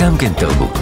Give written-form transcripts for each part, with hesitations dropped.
גם כן תרבות.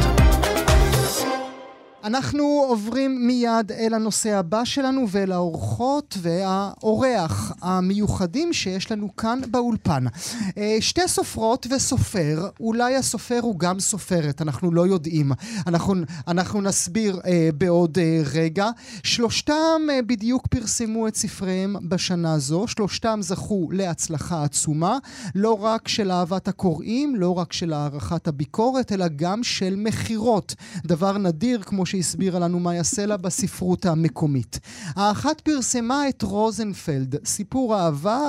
אנחנו עוברים מיד אל הנושא הבא שלנו ואל האורחות והאורח המיוחדים שיש לנו כאן באולפן. שתי סופרות וסופר, אולי הסופר הוא גם סופרת, אנחנו לא יודעים. אנחנו נסביר בעוד רגע. שלושתם בדיוק פרסמו את ספריהם בשנה זו, שלושתם זכו להצלחה עצומה, לא רק של אהבת הקוראים, לא רק של הערכת הביקורת, אלא גם של מחירות. דבר נדיר כמו הסבירה לנו מאיה סלע בספרות המקומית. האחת פרסמה את רוזנפלד, סיפור אהבה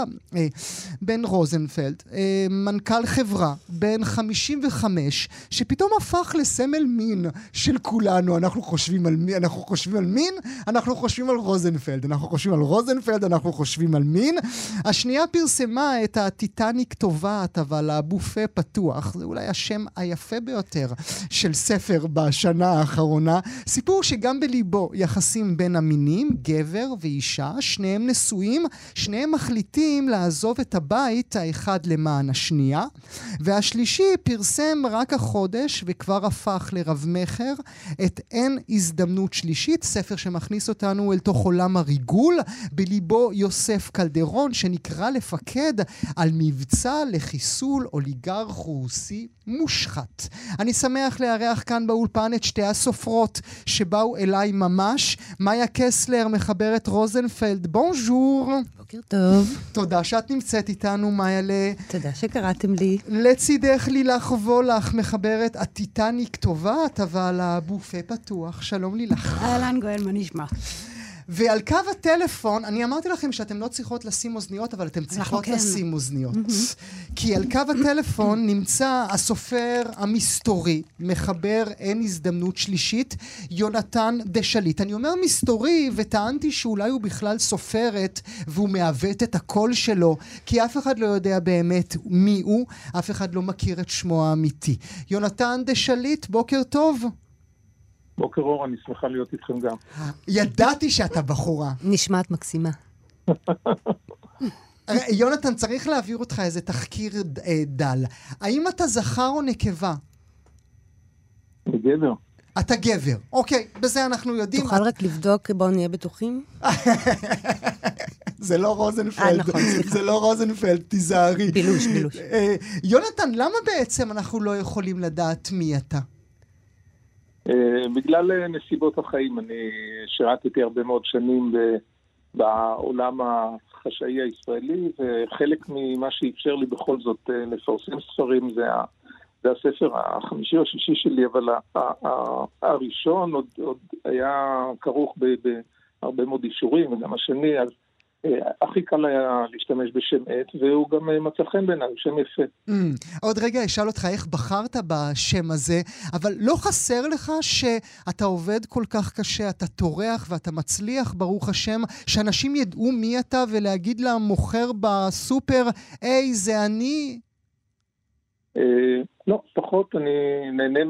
בן רוזנפלד, מנכ"ל חברה, בן 55, שפתאום הפך לסמל מין של כולנו. אנחנו חושבים על מין, אנחנו חושבים על רוזנפלד, אנחנו חושבים על מין. השנייה פרסמה את הטיטניק טובעת, אבל הבופה פתוח. זה אולי השם היפה ביותר של ספר בשנה האחרונה. סיפור שגם בליבו יחסים בין המינים, גבר ואישה, שניהם נשואים, שניהם מחליטים לעזוב את הבית האחד למען השנייה, והשלישי פרסם רק החודש וכבר הפך לרב מחר את אין הזדמנות שלישית, ספר שמכניס אותנו אל תוך עולם הריגול, בליבו יוסף קלדרון שנקרא לפקד על מבצע לחיסול אוליגרך רוסי מושחת. אני שמח לארח כאן באולפן את שתי הסופרות שבאו אליי ממש. מאיה קסלר, מחברת רוזנפלד, בונז'ור. בוקר טוב. תודה שאת נמצאת איתנו, מאיה. תודה שקראתם לי. לצידך לילך וולך, מחברת הטיטניק טובעת, אבל הבופה פתוח. שלום לילך. אהלן גואל, מה נשמע? ועל קו הטלפון, אני אמרתי לכם שאתם לא צריכות לשים אוזניות, אבל אתם צריכות לשים אוזניות. כי על קו הטלפון נמצא הסופר המסתורי, מחבר אין הזדמנות שלישית, יונתן דשליט. אני אומר מסתורי, וטענתי שאולי הוא בכלל סופרת, והוא מעוות את הקול שלו, כי אף אחד לא יודע באמת מי הוא, אף אחד לא מכיר את שמו האמיתי. יונתן דשליט, בוקר טוב. בוקר אור, אני שמחה להיות איתכם גם. ידעתי שאתה בחורה. נשמעת מקסימה. יונתן, צריך להעביר אותך איזה תחקיר דל. האם אתה זכר או נקבה? אני גבר. אתה גבר. אוקיי, בזה אנחנו יודעים. תוכל רק לבדוק, בואו נהיה בטוחים? זה לא רוזנפלד. נכון, סליחה. זה לא רוזנפלד, תיזהרי. בילוש. יונתן, למה בעצם אנחנו לא יכולים לדעת מי אתה? בגלל נסיבות החיים. אני שירתתי הרבה מאוד שנים בעולם החשאי הישראלי, וחלק ממה שאפשר לי בכל זאת לפרסם ספרים זה הספר החמישי או השישי שלי, אבל הראשון עוד היה כרוך בהרבה מאוד אישורים, וגם השני, אז הכי קל היה להשתמש בשם עט, והוא גם מצא חן בעיניי, שם יפה. עוד רגע אשאל אותך איך בחרת בשם הזה, אבל לא חסר לך שאתה עובד כל כך קשה, אתה תורח ואתה מצליח, ברוך השם, שאנשים ידעו מי אתה ולהגיד למוכר בסופר, היי, זה אני? לא, פחות, אני נהנה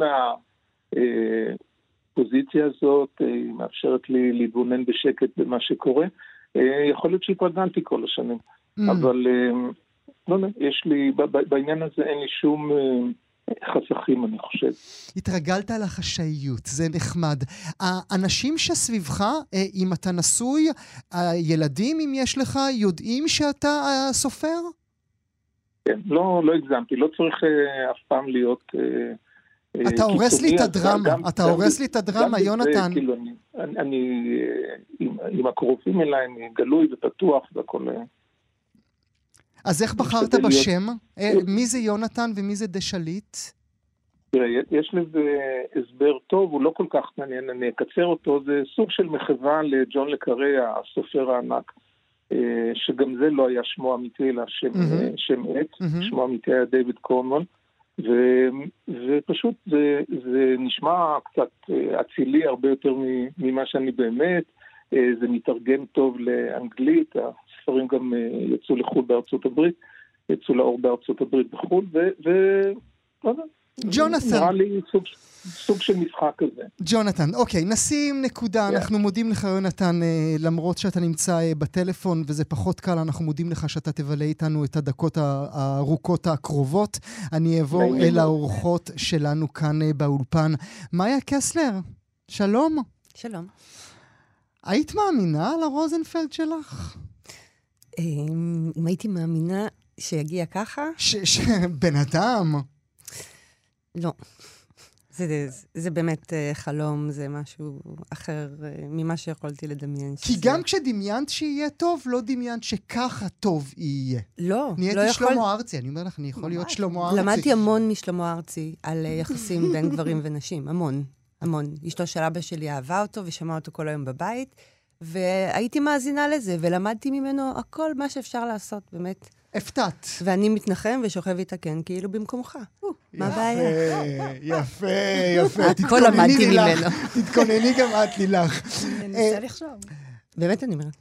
מהפוזיציה הזאת, היא מאפשרת לי להתבונן בשקט במה שקורה. יכול להיות שהתרגלתי כל השנים, אבל לא, יש לי, בעניין הזה אין לי שום חסכים, אני חושב. התרגלת על החשאיות, זה נחמד. האנשים שסביבך, אם אתה נשוי, הילדים, אם יש לך, יודעים שאתה סופר? כן, לא הגזמתי, לא צריך אף פעם להיות... אתה הורס לי את הדרמה, יונתן. אני עם הקרובים אליי, אני גלוי ופתוח והכל. אז איך בחרת בשם? מי זה יונתן ומי זה דשליט? תראה, יש לזה הסבר טוב, הוא לא כל כך מעניין, אני אקצר אותו, זה סוג של מחווה לג'ון לקארי, הסופר הענק, שגם זה לא היה שמו אמיתי, אלא שם עט, שמו אמיתי היה דיוויד קורנוול, ופשוט זה נשמע קצת אצילי הרבה יותר ממה שאני באמת, זה מתרגם טוב לאנגלית, הספרים גם יצאו לחו"ל בארצות הברית, יצאו לאור בארצות הברית בחו"ל, ג'ונתן. נראה לי סוג של משחק כזה. ג'ונתן, אוקיי, נשים נקודה. אנחנו מודים לך, יונתן, למרות שאתה נמצא בטלפון, וזה פחות קל, אנחנו מודים לך שאתה תבלה איתנו את הדקות הארוכות הקרובות. אני אעבור אל האורחות שלנו כאן באולפן. מאיה קסלר, שלום. שלום. היית מאמינה על הרוזנפלד שלך? אם הייתי מאמינה שיגיע ככה? בן אדם? לא. זה באמת חלום, זה משהו אחר ממה שיכולתי לדמיין. כי גם כשדמיינת שיהיה טוב, לא דמיינת שככה טוב יהיה. לא, נהייתי שלמה ארצי, אני אומר לך, אני יכול להיות שלמה ארצי. למדתי המון משלמה ארצי על יחסים בין גברים ונשים, המון, המון. אשתו של אבא שלי אהבה אותו ושמעה אותו כל היום בבית, והייתי מאזינה לזה, ולמדתי ממנו הכל מה שאפשר לעשות, באמת. הפתעת. ואני מתנחם ושוכב איתה כן, כאילו במקומך. מה הבעיה? יפה, יפה. הכל למדתי ממנו. תתכונני גם את לילך. אני ננסה לחשוב. באמת אני אומרת.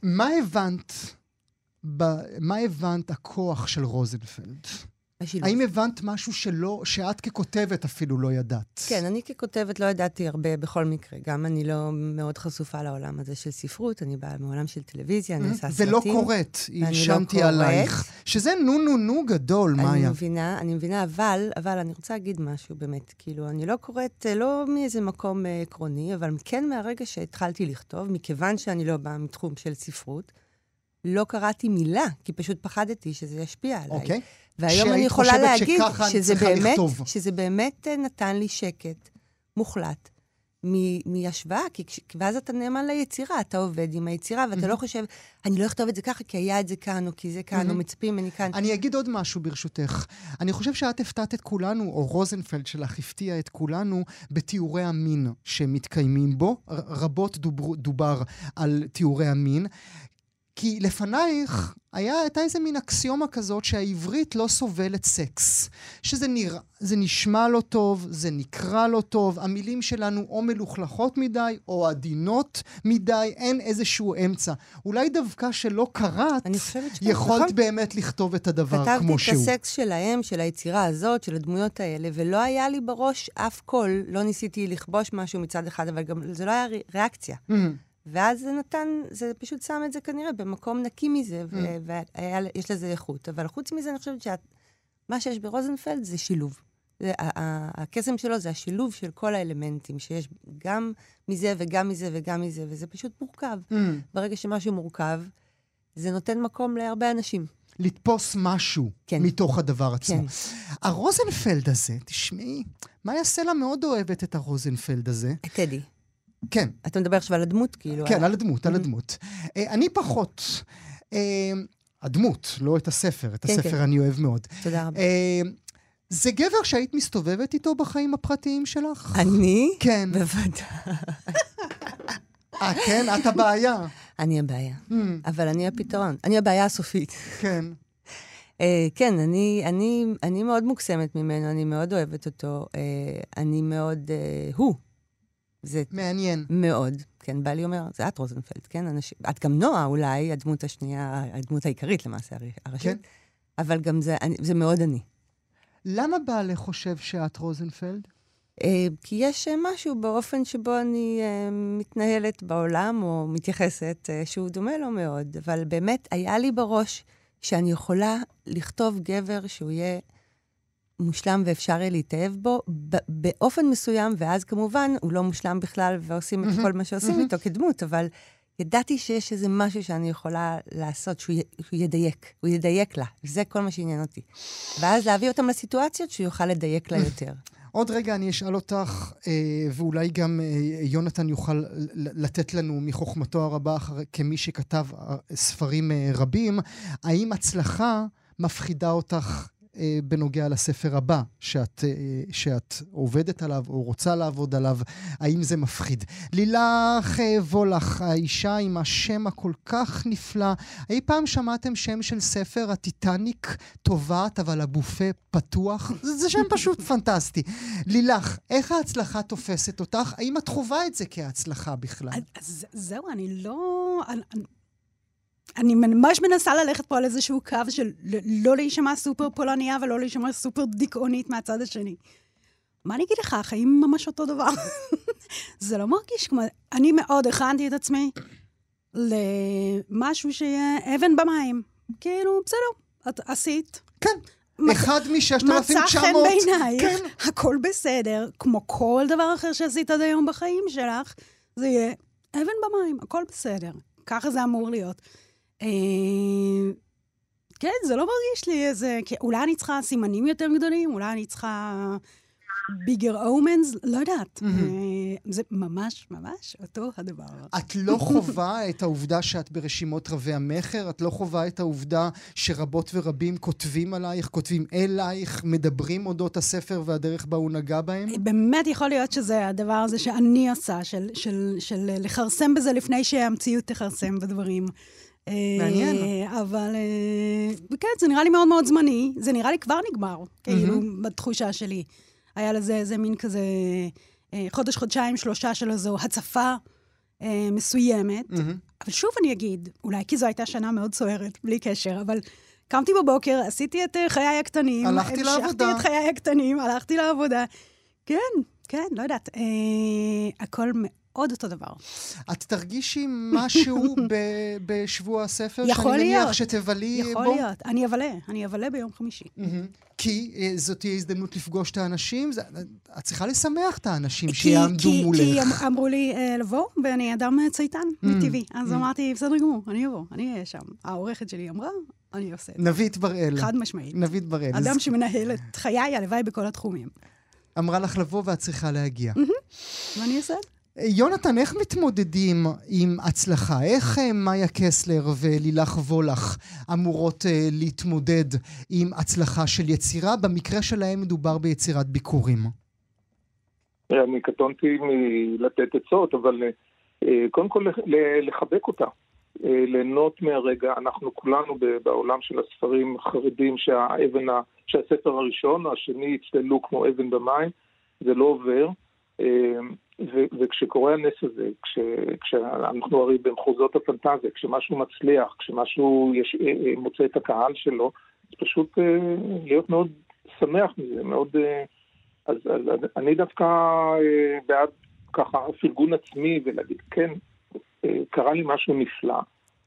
מה הבנת הכוח של רוזנפלד? האם הבנת משהו שאת ככותבת אפילו לא ידעת? כן, אני ככותבת לא ידעתי הרבה בכל מקרה. גם אני לא מאוד חשופה לעולם הזה של ספרות, אני באה מעולם של טלוויזיה, אני עושה סרטים. ולא קוראת, השנתי עלייך. שזה נו גדול, מאיה. אני מבינה, אבל אני רוצה להגיד משהו באמת. כאילו, אני לא קוראת, לא מאיזה מקום עקרוני, אבל כן מהרגע שהתחלתי לכתוב, מכיוון שאני לא באה מתחום של ספרות, לא קראתי מילה, כי פשוט פחדתי שזה ישפיע עליי. אוקיי. והיום אני יכולה להגיד שזה באמת נתן לי שקט מוחלט מהשוואה, ואז אתה נאמן ליצירה, אתה עובד עם היצירה, ואתה לא חושב, אני לא אכתוב את זה ככה, כי היה את זה כאן, או כי זה כאן, או מצפים ממני כאן. אני אגיד עוד משהו ברשותך. אני חושב שאת הפתעת את כולנו, או רוזנפלד שלך הפתיע את כולנו, בתיאורי המין שמתקיימים בו. רבות דובר על תיאורי המין. כי לפנייך הייתה איזה מין אקסיומה כזאת שהעברית לא סובלת סקס. זה נשמע לא טוב, זה נקרא לא טוב, המילים שלנו או מלוכלכות מדי, או עדינות מדי, אין איזשהו אמצע. אולי דווקא שלא קראת, יכולת באמת לכתוב את הדבר כמו שהוא. כתבתי את הסקס שלהם, של היצירה הזאת, של הדמויות האלה, ולא היה לי בראש אף קול, לא ניסיתי לכבוש משהו מצד אחד, אבל גם זה לא היה ריאקציה. ואז זה פשוט שם את זה כנראה במקום נקי מזה, ויש לזה איכות. אבל חוץ מזה אני חושבת שמה שיש ברוזנפלד זה שילוב. הקסם שלו זה השילוב של כל האלמנטים, שיש גם מזה וגם מזה וגם מזה, וזה פשוט מורכב. ברגע שמשהו מורכב, זה נותן מקום להרבה אנשים. לתפוס משהו מתוך הדבר עצמו. הרוזנפלד הזה, תשמעי, מה יעשה לה מאוד אוהבת את הרוזנפלד הזה? את טדי. כן. אתה מדבר עכשיו על הדמות, כאילו? כן, על הדמות. אני פחות. הדמות, לא את הספר. את הספר אני אוהב מאוד. תודה רבה. זה גבר שהיית מסתובבת איתו בחיים הפרטיים שלך? אני? כן. בוודאי. כן? את הבעיה. אני הבעיה. אבל אני הפתרון. אני הבעיה הסופית. כן. כן, אני מאוד מוקסמת ממנו, אני מאוד אוהבת אותו. אני מאוד... זה מעניין. מאוד. כן, בא לי אומר, זה את רוזנפלד, כן? את גם נועה אולי, הדמות השנייה, הדמות העיקרית למעשה הראשית. כן. אבל גם זה מאוד אני. למה בעלי חושב שאת רוזנפלד? כי יש משהו באופן שבו אני מתנהלת בעולם, או מתייחסת, שהוא דומה לו מאוד. אבל באמת היה לי בראש שאני יכולה לכתוב גבר שהוא יהיה מושלם ואפשר יהיה להתאהב בו באופן מסוים, ואז כמובן הוא לא מושלם בכלל, ועושים את כל מה שעושים איתו כדמות, אבל ידעתי שיש איזה משהו שאני יכולה לעשות, שהוא ידייק לה, וזה כל מה שעניין אותי. ואז להביא אותם לסיטואציות שהוא יוכל לדייק לה יותר. עוד רגע אני אשאל אותך, ואולי גם יונתן יוכל לתת לנו מחוכמתו הרבה, כמי שכתב ספרים רבים, האם הצלחה מפחידה אותך בנוגע לספר הבא שאת עובדת עליו או רוצה לעבוד עליו, האם זה מפחיד? לילך וולך, האישה עם השם הכל כך נפלא, אי פעם שמעתם שם של ספר הטיטניק טובעת אבל הבופה פתוח? זה שם פשוט פנטסטי. לילך, איך ההצלחה תופסת אותך? האם את חווה את זה כהצלחה בכלל? זהו, אני ממש מנסה ללכת פה על איזשהו קו של לא להישמע סופר פולניה ולא להישמע סופר דיכאונית מהצד השני. מה אני אגיד לך? החיים ממש אותו דבר. זה לא מרגיש כמו... אני מאוד הכנתי את עצמי למשהו שיהיה אבן במים. כאילו, בסדר, את עשית. כן. אחד מ-6,900. מצא חן בעינייך, הכל בסדר, כמו כל דבר אחר שעשית עד היום בחיים שלך, זה יהיה אבן במים, הכל בסדר. ככה זה אמור להיות. כן, זה לא מרגיש לי איזה... אולי אני צריכה סימנים יותר גדולים, אולי אני צריכה ביגר אומנס, לא יודעת. זה ממש, ממש אותו הדבר. את לא חובה את העובדה שאת ברשימות רבי המחר? את לא חובה את העובדה שרבות ורבים כותבים עלייך, כותבים אלייך, מדברים אודות הספר והדרך בה הוא נגע בהם? באמת יכול להיות שזה הדבר הזה שאני עושה, של לחרסם בזה לפני שהמציאות תחרסם בדברים. מעניין. אבל כן, זה נראה לי מאוד מאוד זמני. זה נראה לי כבר נגמר, כאילו, בתחושה שלי. היה לזה איזה מין כזה חודש, חודשיים, 3 של איזו הצפה מסוימת. אבל שוב אני אגיד, אולי כי זו הייתה שנה מאוד סוערת, בלי קשר, אבל קמתי בבוקר, עשיתי את חיי הקטנים. הלכתי לעבודה. המשכתי את חיי הקטנים, הלכתי לעבודה. כן, כן, לא יודעת. הכל מאוד אותו דבר. את תרגישי משהו בשבוע הספר? יכול להיות. שאני מניח שתבלי בו? יכול להיות. אני אבלה ביום חמישי. כי זאת תהיה הזדמנות לפגוש את האנשים? את צריכה לשמח את האנשים שיעמדו מולך. כי אמרו לי לבוא, ואני אדם צייתן מטבעי. אז אמרתי, בסדר גמור, אני אבוא, אני אהיה שם. העורכת שלי אמרה, אני עושה את זה. נבית בראל. חד משמעית. נבית בראל. אדם שמנהל את חיי, הלוואי בכל התחומים. אמרה לך לבוא ואת צריכה להגיע. ואני אעשה את זה. יונתן, איך מתמודדים עם הצלחה? איך מאיה קסלר ולילך וולך אמורות להתמודד עם הצלחה של יצירה? במקרה שלהם מדובר ביצירת ביקורים. אני קטונתי מלתת עצות, אבל קודם כל לחבק אותה. ליהנות מהרגע. אנחנו כולנו בעולם של הספרים חרדים שהספר הראשון או השני יצטלו כמו אבן במים. זה לא עובר. וכשקורה הנס הזה, כשאנחנו הרי במחוזות הפנטזיה, כשמשהו מצליח, כשמשהו מוצא את הקהל שלו, זה פשוט להיות מאוד שמח מזה, מאוד... אז אני דווקא בעד ככה פרגון עצמי ולהגיד, כן, קרה לי משהו נפלא.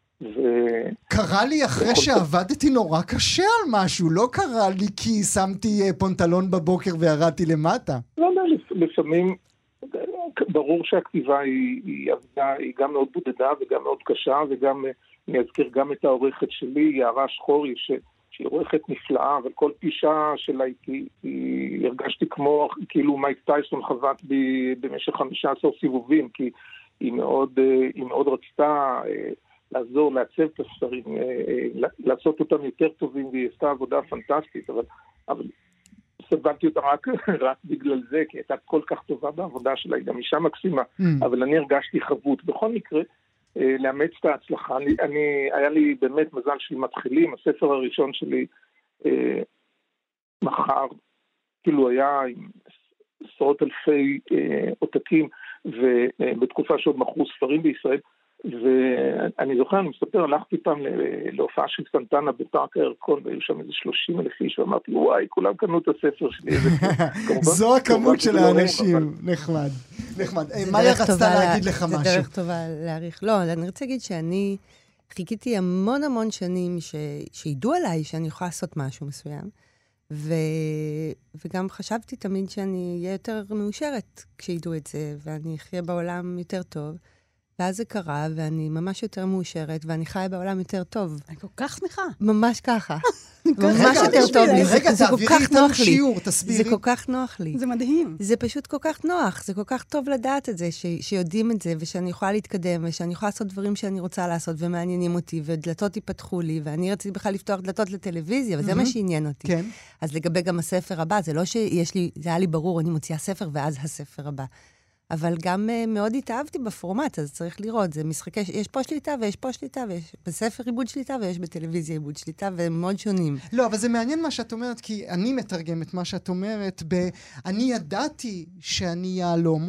קרה לי אחרי שעבדתי נורא קשה על משהו, לא קרה לי כי שמתי פונטלון בבוקר וירדתי למטה. לא, לפעמים... ברור שהכתיבה היא גם מאוד בודדה וגם מאוד קשה, וגם אני אזכיר גם את העורכת שלי, יערה שחורי, שהיא עורכת נפלאה, אבל כל פגישה שלה היא הרגשתי כמו כאילו מייק טייסון חבט בי במשך 15 סיבובים, כי היא מאוד רצתה לעזור, לעצב את הספרים, לעשות אותם יותר טובים, והיא עשתה עבודה פנטסטית, אבל סבלתי אותה רק בגלל זה, כי הייתה כל כך טובה בעבודה שלה, היא גם אישה מקסימה, אבל אני הרגשתי חבות. בכל מקרה, לאמץ את ההצלחה. היה לי באמת מזל של מתחילים, הספר הראשון שלי מחר, כאילו היה עם עשרות אלפי עותקים, ובתקופה שעוד מכרו ספרים בישראל, ואני זוכר, אני מספר, הלכתי פעם להופעה של סנטנה בפארק הירקון, והיו שם איזה 30,000 איש, ואמרתי, וואי, כולם קנו את הספר שלי. זו הכמות של האנשים, נחמד. מאיה רצתה להגיד לך משהו. זה דרך טובה להעריך. לא, אני רוצה להגיד שאני חיכיתי המון שנים שידעו עליי שאני יכולה לעשות משהו מסוים, וגם חשבתי תמיד שאני אהיה יותר מאושרת כשידעו את זה, ואני אחיה בעולם יותר טוב. ואז זה קרה, ואני ממש יותר מאושרת, ואני חיה בעולם יותר טוב. אני כל כך שמחה. ממש ככה. ממש יותר טוב לי. רגע, תעבירי איתנו שיעור, תסבירי. זה כל כך נוח לי. זה מדהים. זה פשוט כל כך נוח, זה כל כך טוב לדעת את זה, שיודעים את זה, ושאני יכולה להתקדם, ושאני יכולה לעשות דברים שאני רוצה לעשות, ומעניינים אותי, ודלתות ייפתחו לי, ואני רציתי בכלל לפתוח דלתות לטלוויזיה, וזה מה שעניין אותי. כן. אז לגבי גם הספר הבא, זה לא שיש לי, זה היה לי ברור, אני מוציאה ספר, ואז הספר הבא. אבל גם מאוד התאהבתי בפורמט, אז צריך לראות, זה משחקי, יש פה שליטה ויש פה שליטה, ויש בספר עיבוד שליטה ויש בטלוויזיה עיבוד שליטה, והם מאוד שונים. לא, אבל זה מעניין מה שאת אומרת, כי אני מתרגם את מה שאת אומרת, אני ידעתי שאני יעלום,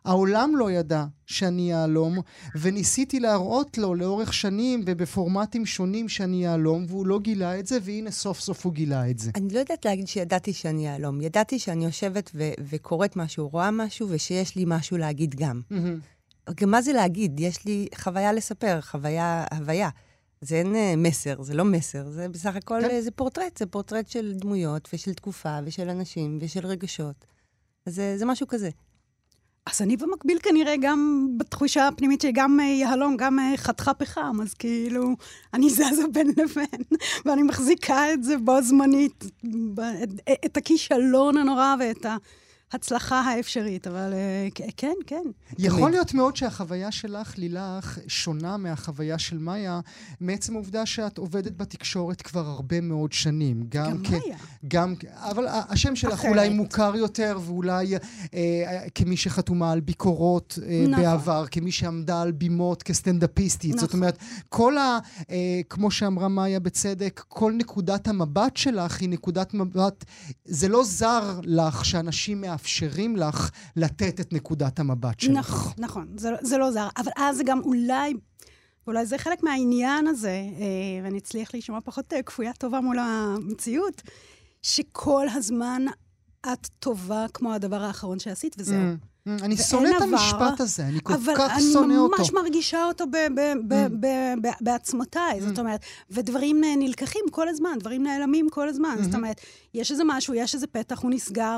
העולם לא ידע שאני יהלום, וניסיתי להראות לו לאורך שנים ובפורמטים שונים שאני יהלום, והוא לא גילה את זה, והנה סוף סוף הוא גילה את זה. אני לא יודעת להגיד שידעתי שאני יהלום. ידעתי שאני יושבת וקוראת משהו, רואה משהו, ושיש לי משהו להגיד גם. גם מה זה להגיד? יש לי חוויה לספר, הוויה. זה אין מסר, זה לא מסר, זה בסך הכל זה פורטרט, זה פורטרט של דמויות ושל תקופה ושל אנשים ושל רגשות. אז זה משהו כזה. אז אני במקביל כנראה גם בתחושה הפנימית שלי, גם יהלום, גם חתיכה פחם, אז כאילו, אני זזה בין לבין, ואני מחזיקה את זה בו זמנית, את הכישלון הנורא ואת ההצלחה האפשרית, אבל כן, כן. יכול להיות מאוד שהחוויה שלך, לילך, שונה מהחוויה של מאיה, מעצם העובדה שאת עובדת בתקשורת כבר הרבה מאוד שנים. גם מאיה. אבל השם שלך אולי מוכר יותר, ואולי כמי שחתומה על ביקורות בעבר, כמי שעמדה על בימות כסטנדאפיסטית. זאת אומרת, כמו שאמרה מאיה בצדק, כל נקודת המבט שלך היא נקודת מבט, זה לא זר לך שאנשים מאפשרים לך לתת את נקודת המבט שלך. נכון, זה לא זר. אבל אז זה גם אולי זה חלק מהעניין הזה, ואני אצליח להישמע פחות כפויה טובה מול המציאות, שכל הזמן את טובה כמו הדבר האחרון שעשית, וזהו. אני שונא את המשפט הזה, אני כל כך שונא אותו. אבל אני ממש מרגישה אותו בעצמותיי, זאת אומרת, ודברים נלקחים כל הזמן, דברים נעלמים כל הזמן, זאת אומרת, יש איזה משהו, יש איזה פתח, הוא נסגר,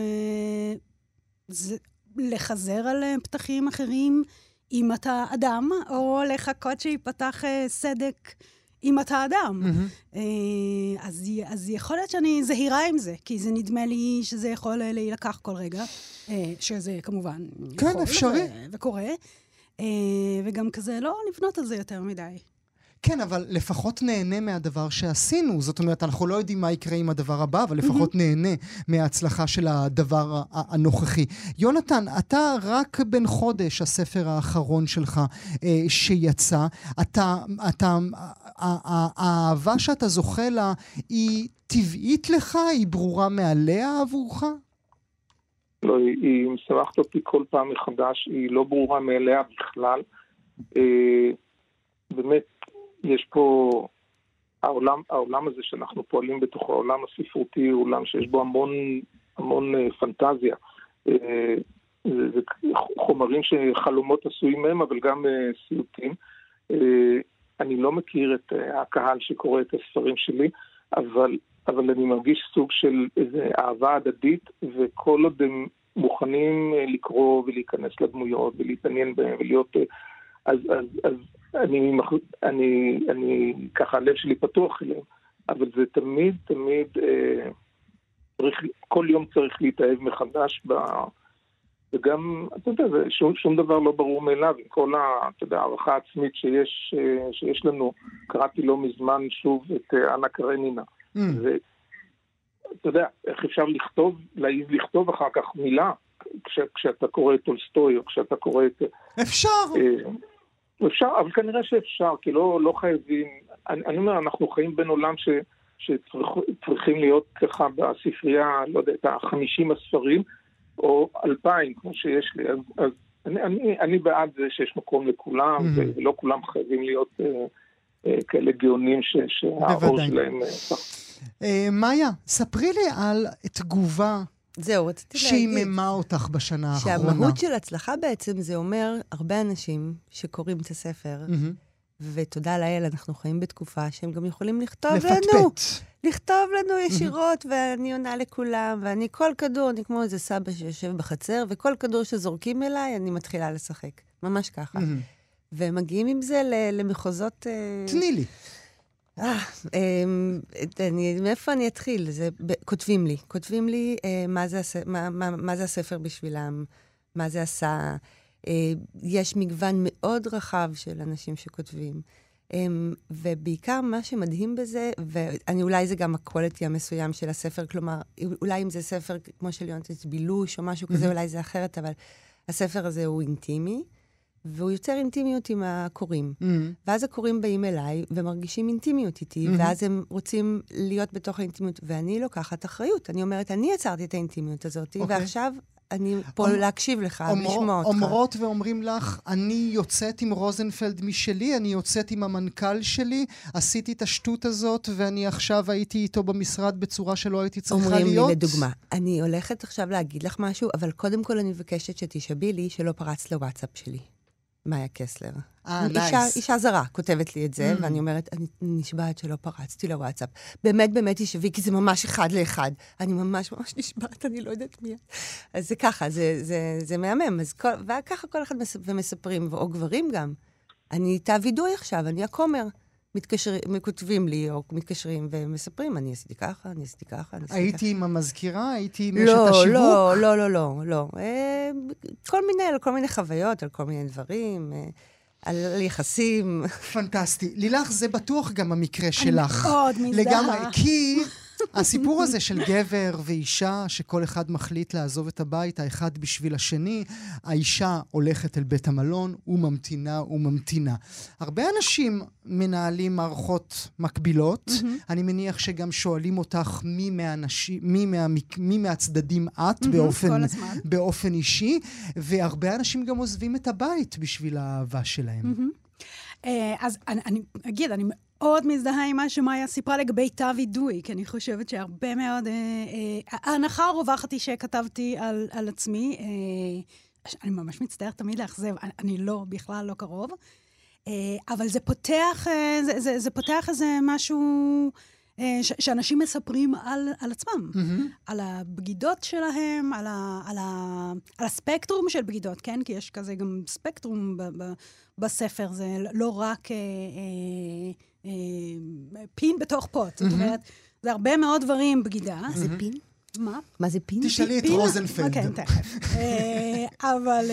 ולחזר על פתחים אחרים, אם אתה אדם, או לחכות שיפתח סדק, אם אתה אדם. אז יכול להיות שאני זהירה עם זה, כי זה נדמה לי שזה יכול להילקח כל רגע, שזה כמובן כן, אפשרי. וקורה, וגם כזה לא לבנות על זה יותר מדי. כן, אבל לפחות נהנה מהדבר שעשינו. זאת אומרת, אנחנו לא יודעים מה יקרה עם הדבר הבא, אבל לפחות נהנה מההצלחה של הדבר הנוכחי. יונתן, אתה רק בן חודש, הספר האחרון שלך שיצא. האהבה שאתה זוכה לה, היא טבעית לך? היא ברורה מעליה עבורך? לא, היא משמחת אותי כל פעם מחדש. היא לא ברורה מעליה בכלל. באמת, יש פה, העולם הזה שאנחנו פועלים בתוך העולם הספרותי, הוא עולם שיש בו המון פנטזיה. זה חומרים שחלומות עשויים מהם, אבל גם סיוטים. אני לא מכיר את הקהל שקורא את הספרים שלי, אבל אני מרגיש סוג של איזו אהבה הדדית, וכל עוד הם מוכנים לקרוא ולהיכנס לדמויות ולהתעניין בהם ולהיות... אז אני ככה, הלב שלי פתוח אליהם, אבל זה תמיד, כל יום צריך להתאהב מחדש, וגם, אתה יודע, שום דבר לא ברור מאליו, עם כל הערכה עצמית שיש לנו. קראתי לא מזמן שוב את אנה קרנינה, ואתה יודע, איך אפשר להעיז לכתוב אחר כך מילה, כשאתה קורא את טולסטוי, או כשאתה קורא את... אפשר, אבל כנראה שאפשר, כי לא חייבים. אני אומר, אנחנו חיים בין עולם שצריכים להיות ככה בספרייה, לא יודע, את 50 הספרים, או 2,000, כמו שיש לי. אז אני בעד זה שיש מקום לכולם, ולא כולם חייבים להיות כאלה גאונים שהאור שלהם... מאיה, ספרי לי על תגובה זהו, רציתי להגיד. שהיממה אותך בשנה האחרונה. שהמהות של הצלחה בעצם זה אומר הרבה אנשים שקוראים את הספר, ותודה לאל, אנחנו חיים בתקופה שהם גם יכולים לכתוב לנו. לכתוב לנו ישירות, ואני עונה לכולם, ואני כל כדור, אני כמו איזה סבא שיושב בחצר, וכל כדור שזורקים אליי, אני מתחילה לשחק. ממש ככה. ומגיעים עם זה למחוזות... תני לי. מאיפה אני אתחיל? כותבים לי מה זה הספר בשבילם, מה זה עשה. יש מגוון מאוד רחב של אנשים שכותבים. ובעיקר מה שמדהים בזה, אולי זה גם הקואליטי המסוים של הספר, כלומר, אולי אם זה ספר כמו של יונתן בילוש או משהו כזה, אולי זה אחרת, אבל הספר הזה הוא אינטימי, והוא יוצר אינטימיות עם הקוראים. ואז הקוראים באים אליי ומרגישים אינטימיות איתי, ואז הם רוצים להיות בתוך האינטימיות, ואני לוקחת אחריות. אני אומרת, אני יצרתי את האינטימיות הזאת, ועכשיו אני פה להקשיב לך, לשמוע אותך. אומרות ואומרים לך, אני יוצאת עם רוזנפלד משלי, אני יוצאת עם המנכ"ל שלי, עשיתי את השטות הזאת, ואני עכשיו הייתי איתו במשרד בצורה שלא הייתי צריכה להיות. אומרים לי לדוגמה, אני הולכת עכשיו להגיד לך משהו, אבל קודם כל אני מבקשת שתשבי לי שלא פרץ לוואטסאפ שלי. מאיה קסלר. אישה זרה כותבת לי את זה, ואני אומרת, אני נשבעת שלא פרצתי לוואטסאפ. באמת, באמת תשבי, כי זה ממש אחד לאחד. אני ממש נשבעת, אני לא יודעת מי. אז זה ככה, זה מהמם. וככה כל אחד ומספרים, או גברים גם. אני איתה וידוי עכשיו, אני הכומר. כותבים לי, או מתקשרים ומספרים, אני עשיתי ככה, אני עשיתי ככה. הייתי עם המזכירה? הייתי עם אשת השיווק? לא. כל מיני חוויות, על כל מיני דברים, על יחסים. פנטסטי. לילך, זה בטוח גם המקרה שלך. אני מאוד מזדהה. לגמרי, כי הסיפור הזה של גבר ואישה, שכל אחד מחליט לעזוב את הבית, האחד בשביל השני, האישה הולכת אל בית המלון, וממתינה. הרבה אנשים מנהלים מערכות מקבילות. אני מניח שגם שואלים אותך מי מהצדדים את באופן אישי, והרבה אנשים גם עוזבים את הבית בשביל האהבה שלהם. אז אני אגיד, אני מאוד מזדהה עם מה שמאיה סיפרה לגבי תא וידוי, כי אני חושבת שהרבה מאוד... ההנחה הרווחת היא שכתבתי על עצמי, אני ממש מצטערת תמיד לאכזב, אני לא, בכלל לא קרוב, אבל זה פותח איזה משהו שאנשים מספרים על עצמם, על הבגידות שלהם, על הספקטרום של בגידות, כן? כי יש כזה גם ספקטרום בספר, זה לא רק פין בתוך פוט. זאת אומרת, זה הרבה מאוד דברים בגידה. מה זה פין? מה זה פין? תשאלי את רוזנפלד. כן, תכף. אבל...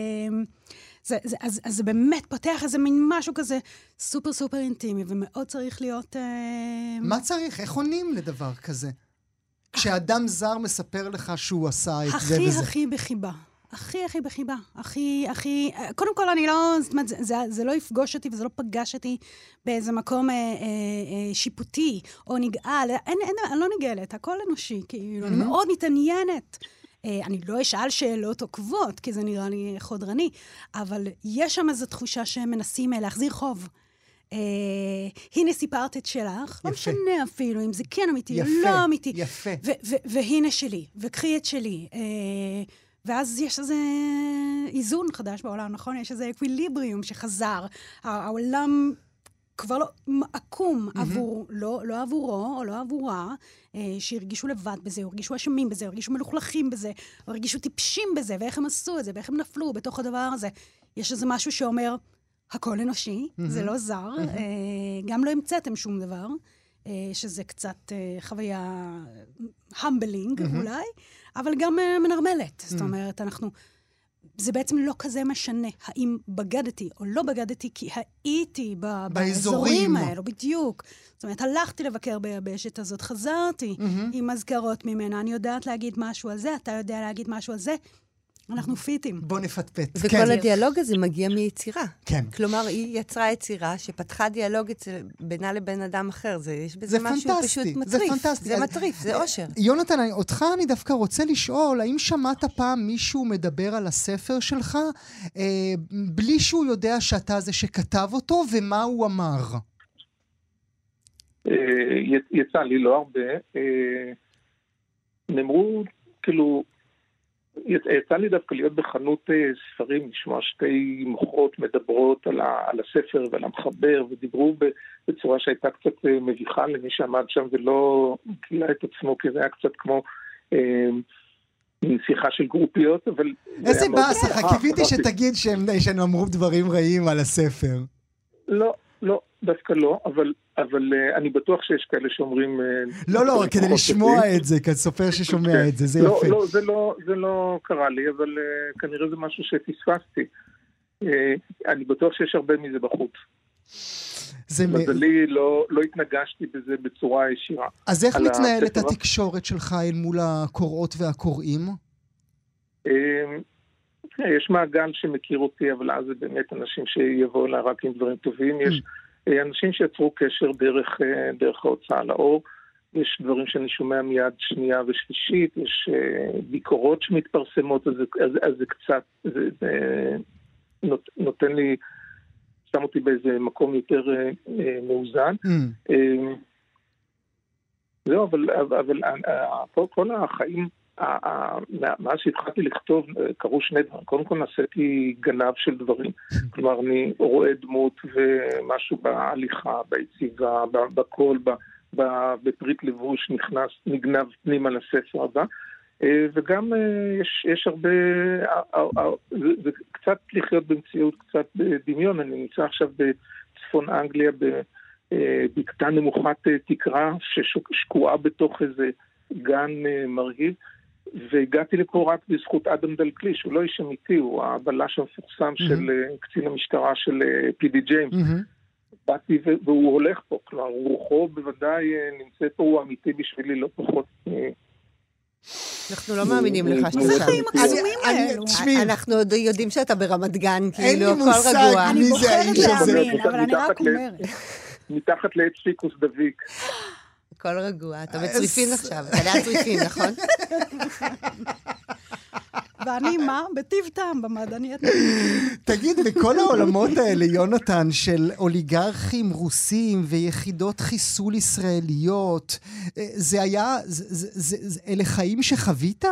אז זה באמת פותח איזה מין משהו כזה סופר סופר אינטימי, ומאוד צריך להיות... מה צריך? איך עונים לדבר כזה? כשאדם זר מספר לך שהוא עשה את זה וזה. הכי בחיבה. הכי בחיבה. קודם כל, אני לא... זאת אומרת, זה לא יפגוש אותי וזה לא פגש אותי באיזה מקום שיפוטי או נגעל. אני לא נגעלת, הכל אנושי. כאילו, אני מאוד מתעניינת. אני לא אשאל שאלות עוקבות, כי זה נראה לי חודרני, אבל יש שם איזו תחושה שהם מנסים להחזיר חוב. הנה סיפרת את שלך, לא משנה אפילו, אם זה כן אמיתי או לא אמיתי. יפה. והנה שלי, וקחי את שלי. ואז יש איזה איזון חדש בעולם, נכון? יש איזה אקוויליבריום שחזר. העולם... כבר לא עקום עבור, לא עבורו או לא עבורה, שהרגישו לבד בזה, או הרגישו אשמים בזה, או הרגישו מלוכלכים בזה, או הרגישו טיפשים בזה, ואיך הם עשו את זה, ואיך הם נפלו בתוך הדבר הזה. יש איזה משהו שאומר, הכל אנושי, זה לא זר, גם לא המצאתם שום דבר, שזה קצת חוויה המבלינג אולי, אבל גם מנרמלת. זאת אומרת, זה בעצם לא כזה משנה, האם בגדתי או לא בגדתי, כי הייתי באזורים האלו, בדיוק. זאת אומרת, הלכתי לבקר ביבשת הזאת, חזרתי עם מזכרות ממנה, אני יודעת להגיד משהו על זה, אתה יודע להגיד משהו על זה, אנחנו פיטים. בוא נפטפט. וכל הדיאלוג הזה מגיע מיצירה. כן. כלומר, היא יצרה יצירה שפתחה דיאלוג בינה לבין אדם אחר. יש בזה משהו פשוט מטריף. זה פנטסטי. זה מטריף, זה אושר. יונתן, אותך אני דווקא רוצה לשאול, האם שמעת פעם מישהו מדבר על הספר שלך, בלי שהוא יודע שאתה זה שכתב אותו, ומה הוא אמר? יצא לי לא הרבה. נאמרו, כאילו, יצא לי דווקא להיות בחנות ספרים, לשמוע שתי מוכרות מדברות על הספר ועל המחבר, ודיברו בצורה שהייתה קצת מביכה למי שעמד שם ולא גילה את עצמו, כי זה היה קצת כמו שיחה של גרופיות, אבל... איזה באסה, קיוויתי שתגיד שהם אמרו דברים רעים על הספר. לא, דווקא לא, אבל אני בטוח שיש כאלה שאומרים... לא, כדי לשמוע את זה, כסופר ששומע את זה, זה יפה. לא, זה לא קרה לי, אבל כנראה זה משהו שפספסתי. אני בטוח שיש הרבה מזה בחוץ. מזלי, לא התנגשתי בזה בצורה ישירה. אז איך מתנהלת התקשורת שלך אל מול הקוראות והקוראים? יש מעגל שמכיר אותי, אבל אז זה באמת אנשים שיבואו לה רק עם דברים טובים. יש אנשים שיצרו קשר דרך ההוצאה לאור. יש דברים שאני שומע מיד שנייה ושלישית, יש ביקורות שמתפרסמות, אז זה קצת, זה נותן לי, שם אותי באיזה מקום יותר מאוזן. זהו, אבל כל החיים, מאז שהתחלתי לכתוב, קרו שני דברים. קודם כל נעשיתי גנב של דברים. כלומר, אני רואה דמות ומשהו בהליכה, ביציבה, בקול, בפריט לבוש נגנב פנימה לספר הבא. וגם יש הרבה, זה קצת לחיות במציאות, קצת בדמיון. אני נמצא עכשיו בצפון אנגליה, בקתה נמוכת תקרה ששקועה בתוך איזה גן מרהיב, והגעתי לפה רק בזכות אדם דלקליש, הוא לא איש אמיתי, הוא הבלש המפורסם של קצין המשטרה של פידי ג'יימס. באתי והוא הולך פה, כלומר רוחו בוודאי נמצא פה, הוא אמיתי בשבילי לא פחות. אנחנו לא מאמינים לך שאתה זה חיים הקסומים האלו. אנחנו עוד יודעים שאתה ברמת גן, אין כאילו, לי הכל מושג רגוע. אני מי זה האיש בוחרת הזה. להאמין, אבל אני רק אומרת. מתחת לעץ פיקוס דביק. הכל רגוע. אתה בצריפין עכשיו, אתה יודע צריפין, נכון? ואני מה? בטיב טעם במעדניות. תגיד, בכל העולמות האלה, יונתן, של אוליגרכים רוסים ויחידות חיסול ישראליות, זה היה, אלה חיים שחווית?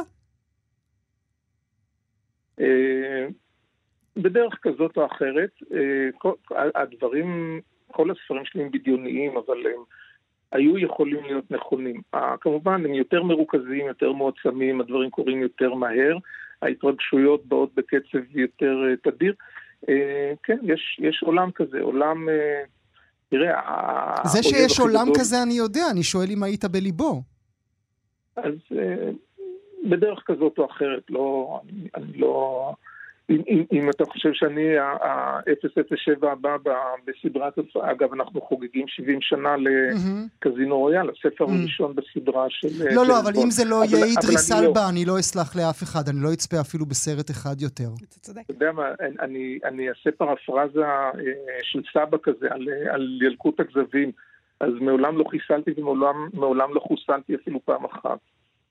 בדרך כזאת או אחרת, הדברים, כל הספרים שלי הם בדיוניים, אבל הם היו יכולים להיות נכונים. כמובן, הם יותר מרוכזים, יותר מועצמים, הדברים קורים יותר מהר, ההתרגשויות באות בקצב יותר תדיר. כן, יש עולם כזה, עולם, תראה, זה שיש עולם כזה אני יודע, אני שואל אם היית בליבו. אז בדרך כזאת או אחרת, אני לא... אם אתה חושב שאני ה-007 הבא בסדרת, אגב, אנחנו חוגגים 70 שנה לקזינו רויאל, הספר הראשון בסדרה של... לא, אבל אם זה לא יהיה אידריס אלבה, אני לא אסלח לאף אחד, אני לא אצפה אפילו בסרט אחד יותר. אתה צודק. אתה יודע מה, אני אעשה פרפרזה של סבא כזה, על ילקוט הכזבים, אז מעולם לא חיסלתי ומעולם לא חוסלתי אפילו פעם אחת.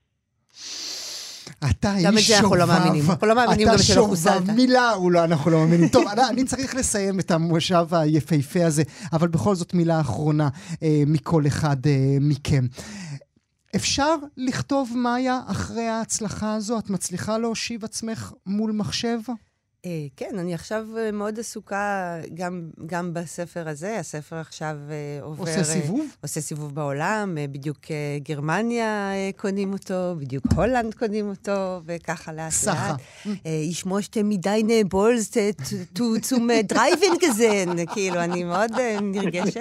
אתה איש שובב. גם את זה אנחנו לא מאמינים. אנחנו לא מאמינים גם שלא חוסלת. אתה שובב, מילה אנחנו לא מאמינים. טוב, אני צריך לסיים את המושב היפהפה הזה, אבל בכל זאת מילה אחרונה מכל אחד מכם. אפשר לכתוב מאיה אחרי ההצלחה הזו? את מצליחה להושיב עצמך מול מחשב? כן, אני עכשיו מאוד עסוקה גם בספר הזה. הספר עכשיו עובר... עושה סיבוב? עושה סיבוב בעולם. בדיוק גרמניה קונים אותו, בדיוק הולנד קונים אותו, וככה לאט לאט. Ich möchte mit deine Balls zum Drive-in gesehen. כאילו, אני מאוד נרגשת.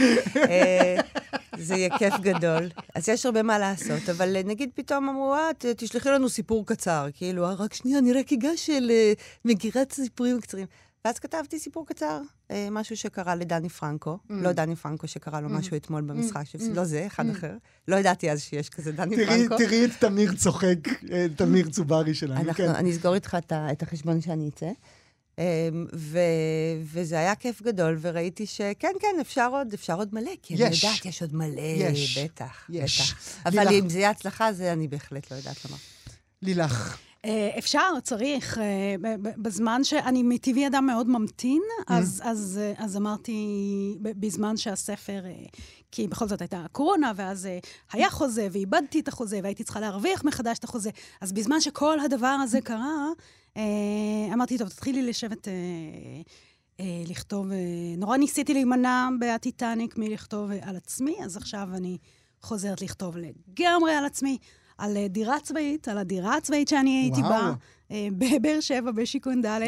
זה יהיה כיף גדול. אז יש הרבה מה לעשות, אבל נגיד פתאום אמרו, תשלחי לנו סיפור קצר. כאילו, רק שנייה, אני רק אגש של מגירת סיפורים קצרים. ואז כתבתי סיפור קצר, משהו שקרה לדני פרנקו. לא דני פרנקו שקרה לו משהו אתמול במשחק. לא זה, אחד אחר. לא ידעתי אז שיש כזה דני פרנקו. תראי את תמיר צוחק, תמיר צוברי שלנו. אני אסגור איתך את החשבון שאני אצא. וזה היה כיף גדול, וראיתי שכן, אפשר עוד מלא, כי אני יודעת, יש עוד מלא, בטח. אבל אם זה יהיה הצלחה, זה אני בהחלט לא יודעת למה. לילך. אפשר, צריך. בזמן שאני מטבעי אדם מאוד ממתין, אז אמרתי, בזמן שהספר, כי בכל זאת הייתה קורונה, ואז היה חוזה, ואיבדתי את החוזה, והייתי צריכה להרוויח מחדש את החוזה. אז בזמן שכל הדבר הזה קרה, אמרתי, טוב, תתחילי לשבת לכתוב, נורא ניסיתי להימנע בטיטניק מלכתוב על עצמי, אז עכשיו אני חוזרת לכתוב לגמרי על עצמי, על דירה צבאית, על הדירה הצבאית שאני הייתי בה, בבאר שבע, בשיכון ד',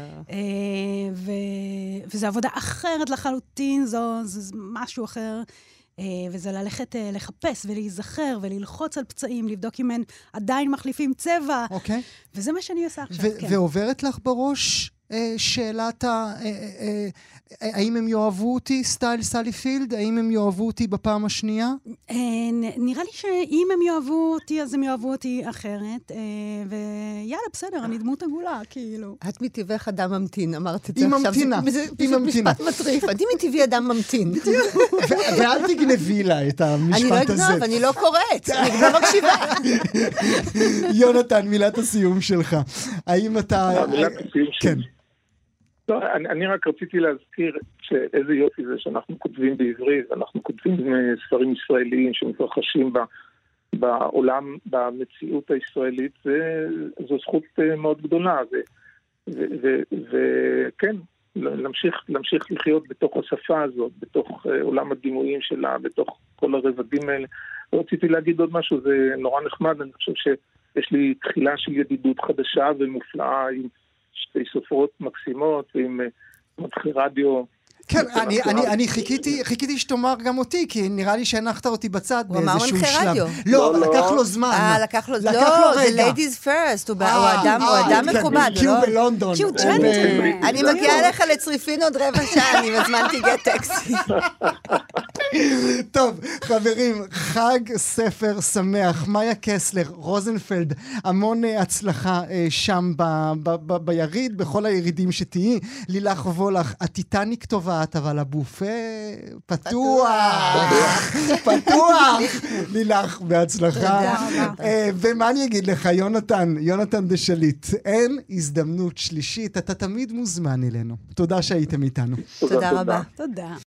וזו עבודה אחרת לחלוטין, זה משהו אחר, וזה ללכת לחפש ולהיזכר וללחוץ על פצעים, לבדוק אם הם עדיין מחליפים צבע, וזה מה שאני עושה עכשיו. ועוברת לך בראש שאלת האם הם יאהבו אותי סטייל סלי פילד? האם הם יאהבו אותי בפעם השנייה? נראה לי שאם הם יאהבו אותי, אז הם יאהבו אותי אחרת. ויאללה, בסדר, אני דמות עגולה, כאילו. את מטבעך אדם ממתין, אמרת את זה היא עכשיו. ממתינה. היא ממתינה. משפט מטריף. אני מטבעי אדם ממתין. ואל תגנבי לה את המשפט הזה. אני לא אגנוב, אני לא קוראת. אני כבר מקשיבה. יונתן, מילת הסיום שלך. האם אתה... מילת הסיום כן. שלי. לא, אני רק רציתי להזכיר שאיזה יופי זה שאנחנו כותבים בעברית, אנחנו כותבים ספרים ישראליים שמתרחשים בעולם, במציאות הישראלית, זו זכות מאוד גדולה, וכן, להמשיך לחיות בתוך השפה הזאת, בתוך עולם הדימויים שלה, בתוך כל הרבדים האלה. רציתי להגיד עוד משהו, זה נורא נחמד, אני חושב שיש לי תחילה של ידידות חדשה ומופלאה עם שתי סופרות מקסימות, עם מתחי רדיו. כן, אני חיכיתי שתאמר גם אותי, כי נראה לי שהנחת אותי בצד באיזשהו שלב. הוא אמר מנחי רדיו. לא, לקח לו זמן. לקח לו, לא, זה ladies first, הוא אדם מכובד. כי הוא בלונדון. כי הוא ג'נטלמן. אני מגיעה אליך לצריפין עוד רבע שעה, אני הזמנתי גט טקסי. טוב, חברים, חג ספר שמח. מאיה קסלר, רוזנפלד, המון הצלחה שם ביריד, בכל הירידים שתהיי. לילך וולך, הטיטניק טובעת, אבל הבופה פתוח. לילך, בהצלחה. ומה אני אגיד לך, יונתן דשליט, אין הזדמנות שלישית, אתה תמיד מוזמן אלינו. תודה שהייתם איתנו. תודה רבה. תודה.